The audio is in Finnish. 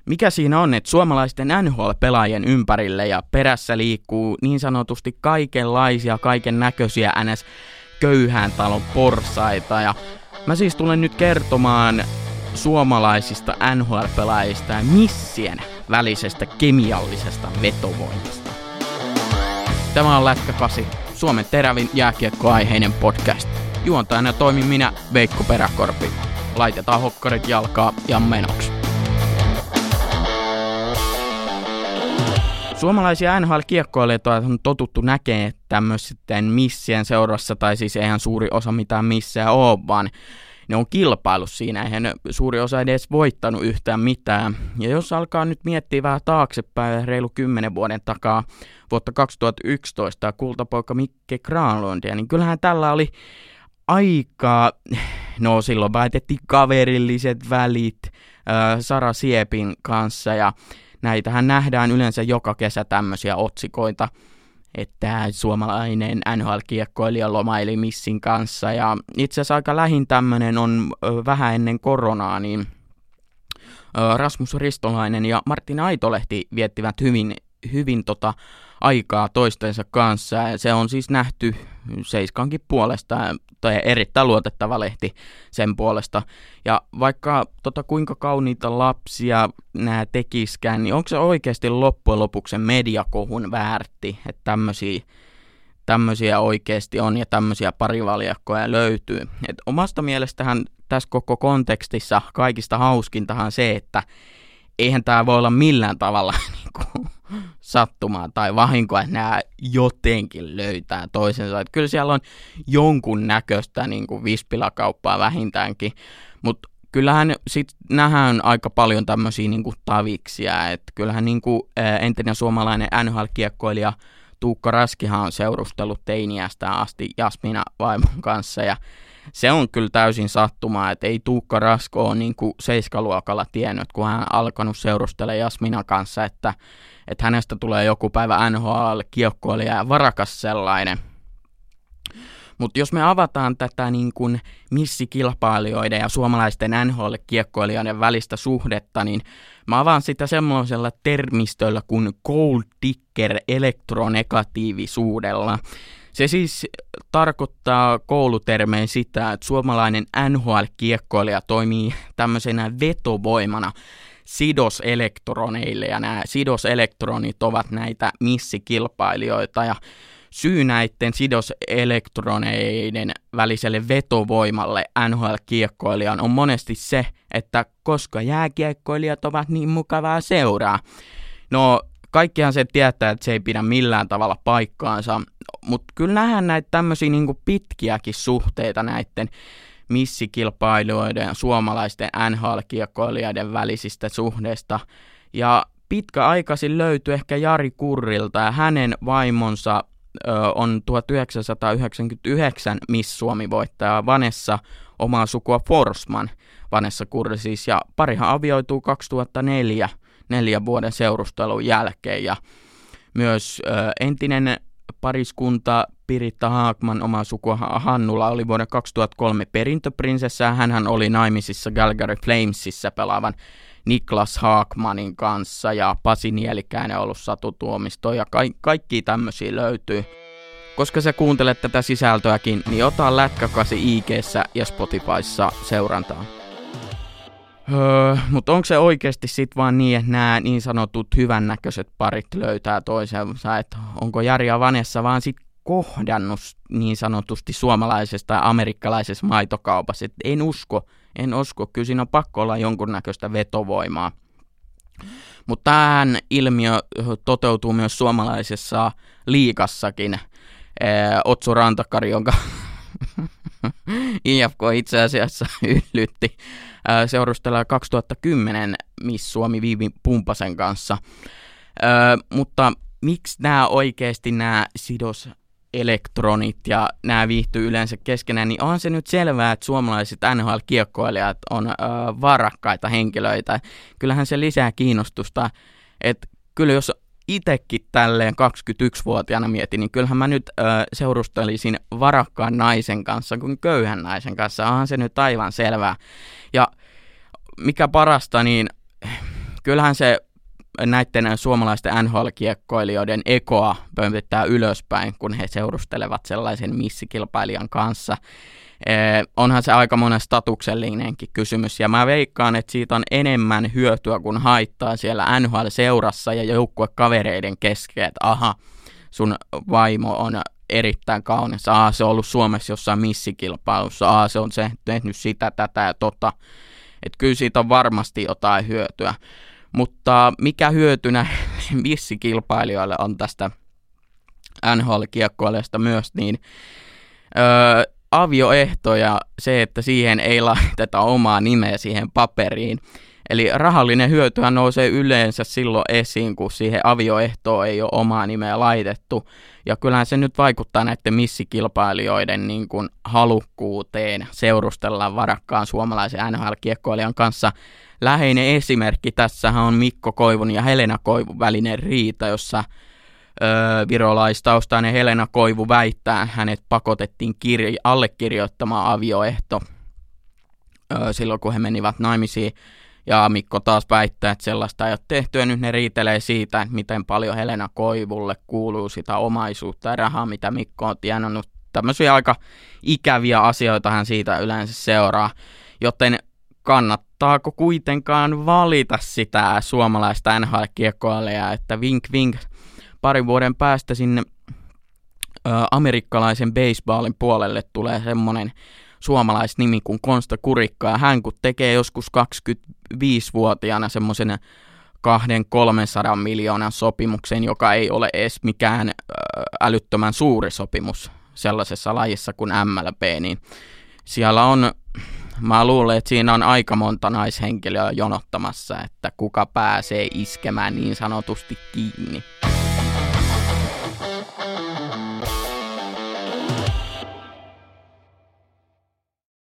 Mikä siinä on, että suomalaisten NHL-pelaajien ympärille ja perässä liikkuu niin sanotusti kaikenlaisia, kaiken näköisiä NS köyhään talon porsaita. Ja mä siis tulen nyt kertomaan suomalaisista NHL-pelaajista ja missien välisestä kemiallisesta vetovoimasta. Tämä on Lätkä 8, Suomen terävin jääkiekkoaiheinen podcast. Juontajana toimin minä, Veikko Peräkorpi. Laitetaan hokkarit jalkaa ja menoksi. Suomalaisia NHL-kiekkoilijoita on totuttu näkemään tämmöisten missien seurassa, tai siis eihän suuri osa mitään missejä ole, vaan ne on kilpailu siinä, eihän suuri osa edes voittanut yhtään mitään. Ja jos alkaa nyt miettiä vähän taaksepäin, reilu 10 vuoden takaa, vuotta 2011, kultapoika Mikke Granlundia, niin kyllähän tällä oli aika, no silloin väitettiin kaverilliset välit Sara Siepin kanssa, ja näitähän nähdään yleensä joka kesä tämmöisiä otsikoita, että suomalainen NHL-kiekkoilija lomaili missin kanssa. Ja itse asiassa aika lähin tämmöinen on vähän ennen koronaa, niin Rasmus Ristolainen ja Martin Aitolehti viettivät hyvin aikaa toistensa kanssa. Ja se on siis nähty Seiskankin puolesta, tai erittäin luotettava lehti sen puolesta. Ja vaikka kuinka kauniita lapsia nämä tekiskään, niin onko se oikeasti loppujen lopuksi sen mediakohun väärti, että tämmöisiä oikeasti on ja tämmöisiä parivaljakkoja löytyy. Et omasta mielestähän tässä koko kontekstissa kaikista hauskintahan se, että eihän tämä voi olla millään tavalla sattumaa tai vahinkoa, että nämä jotenkin löytää toisensa. Että kyllä siellä on jonkun näköistä vispilakauppaa vähintäänkin, mutta kyllähän sitten nähdään aika paljon tämmöisiä taviksia. Että kyllähän entinen suomalainen NHL-kiekkoilija Tuukka Raskihan on seurustellut teiniästään asti Jasmina vaimon kanssa, ja se on kyllä täysin sattumaa, että ei Tuukka Rasko ole seiskaluokalla tiennyt, kun hän on alkanut seurustella Jasminan kanssa, että hänestä tulee joku päivä NHL-kiekkoilija ja varakas sellainen. Mutta jos me avataan tätä missikilpailijoiden ja suomalaisten NHL-kiekkoilijoiden välistä suhdetta, niin mä avaan sitä semmoisella termistöllä kuin gold digger elektronegatiivisuudella. Se siis tarkoittaa koulutermein sitä, että suomalainen NHL-kiekkoilija toimii tämmöisenä vetovoimana sidoselektroneille, ja nämä sidoseelektronit ovat näitä missikilpailijoita, ja syy näiden sidoselektroneiden väliselle vetovoimalle NHL-kiekkoilijan on monesti se, että koska jääkiekkoilijat ovat niin mukavaa seuraa. No, kaikkihan se tietää, että se ei pidä millään tavalla paikkaansa, mutta kyllä nähdään näitä tämmöisiä pitkiäkin suhteita näiden missikilpailijoiden ja suomalaisten NHL-kiekkoilijoiden välisistä suhteista. Ja pitkäaikaisin löytyi ehkä Jari Kurrilta, ja hänen vaimonsa on 1999 Miss Suomi-voittaja Vanessa, omaa sukua Forsman, Vanessa Kurri siis, ja parihan avioituu 2004 4 vuoden seurustelun jälkeen, ja myös entinen pariskunta Piritta Haakman, omaa sukua Hannula, oli vuoden 2003 perintöprinsessa, ja hänhän oli naimisissa Calgary Flamesissa pelaavan Niklas Haakmanin kanssa, ja Pasi Nielikäinen on ollut Satu Tuomisto, ja kaikki tämmöisiä löytyy. Koska sä kuuntelet tätä sisältöäkin, niin ota Lätkä 8 IG:ssä ja Spotifyssa seurantaan. Mutta onko se oikeasti sitten vaan niin, että nämä niin sanotut hyvännäköiset parit löytää toisensa, että onko Jari ja Vanessa vaan sitten kohdannut niin sanotusti suomalaisesta ja amerikkalaisessa maitokaupassa, että en usko, kyllä siinä on pakko olla jonkunnäköistä vetovoimaa. Mutta tämähän ilmiö toteutuu myös suomalaisessa liigassakin. Otso Rantakari, jonka IFK itse asiassa yllytti seurustella 2010 Miss Suomi Viivi Pumpasen kanssa. Mutta miksi nämä sidoselektronit ja nämä viihtyy yleensä keskenään, niin on se nyt selvää, että suomalaiset NHL-kiekkoilijat on varakkaita henkilöitä. Kyllähän se lisää kiinnostusta, että kyllä jos itsekin tälleen 21-vuotiaana mietin, niin kyllähän mä nyt seurustelisin varakkaan naisen kanssa kuin köyhän naisen kanssa. Onhan se nyt aivan selvää. Ja mikä parasta, niin kyllähän se näiden suomalaisten NHL-kiekkoilijoiden ekoa pömpöttää ylöspäin, kun he seurustelevat sellaisen missikilpailijan kanssa. Onhan se aika monen statuksellinenkin kysymys, ja mä veikkaan, että siitä on enemmän hyötyä kuin haittaa siellä NHL-seurassa ja joukkuekavereiden kesken, että aha, sun vaimo on erittäin kaunis, se on ollut Suomessa jossain missikilpailussa, se on tehnyt sitä, tätä ja tota, että kyllä siitä on varmasti jotain hyötyä. Mutta mikä hyötynä missikilpailijoille on tästä NHL-kiekkoilijasta myös, niin avioehto ja se, että siihen ei laiteta omaa nimeä siihen paperiin. Eli rahallinen hyötyhän nousee yleensä silloin esiin, kun siihen avioehtoon ei ole omaa nimeä laitettu. Ja kyllähän se nyt vaikuttaa näiden missikilpailijoiden niin kuin halukkuuteen seurustella varakkaan suomalaisen NHL-kiekkoilijan kanssa. Läheinen esimerkki tässähän on Mikko Koivun ja Helena Koivun välinen riita, jossa virolaistaustainen Helena Koivu väittää, hänet pakotettiin allekirjoittamaan avioehto silloin, kun he menivät naimisiin. Ja Mikko taas väittää, että sellaista ei ole tehty, ja nyt ne riitelee siitä, että miten paljon Helena Koivulle kuuluu sitä omaisuutta ja rahaa, mitä Mikko on tienannut. Tämmöisiä aika ikäviä asioita hän siitä yleensä seuraa, joten kannattaako kuitenkaan valita sitä suomalaista NHL-kiekkoilijaa, että vink vink parin vuoden päästä sinne amerikkalaisen baseballin puolelle tulee semmoinen suomalaisnimi kuin Konsta Kurikka, ja hän kun tekee joskus 25-vuotiaana semmoisen 200-300 miljoonan sopimuksen, joka ei ole edes mikään älyttömän suuri sopimus sellaisessa lajissa kuin MLB, niin siellä on, mä luulen, että siinä on aika monta naishenkilöä jonottamassa, että kuka pääsee iskemään niin sanotusti kiinni.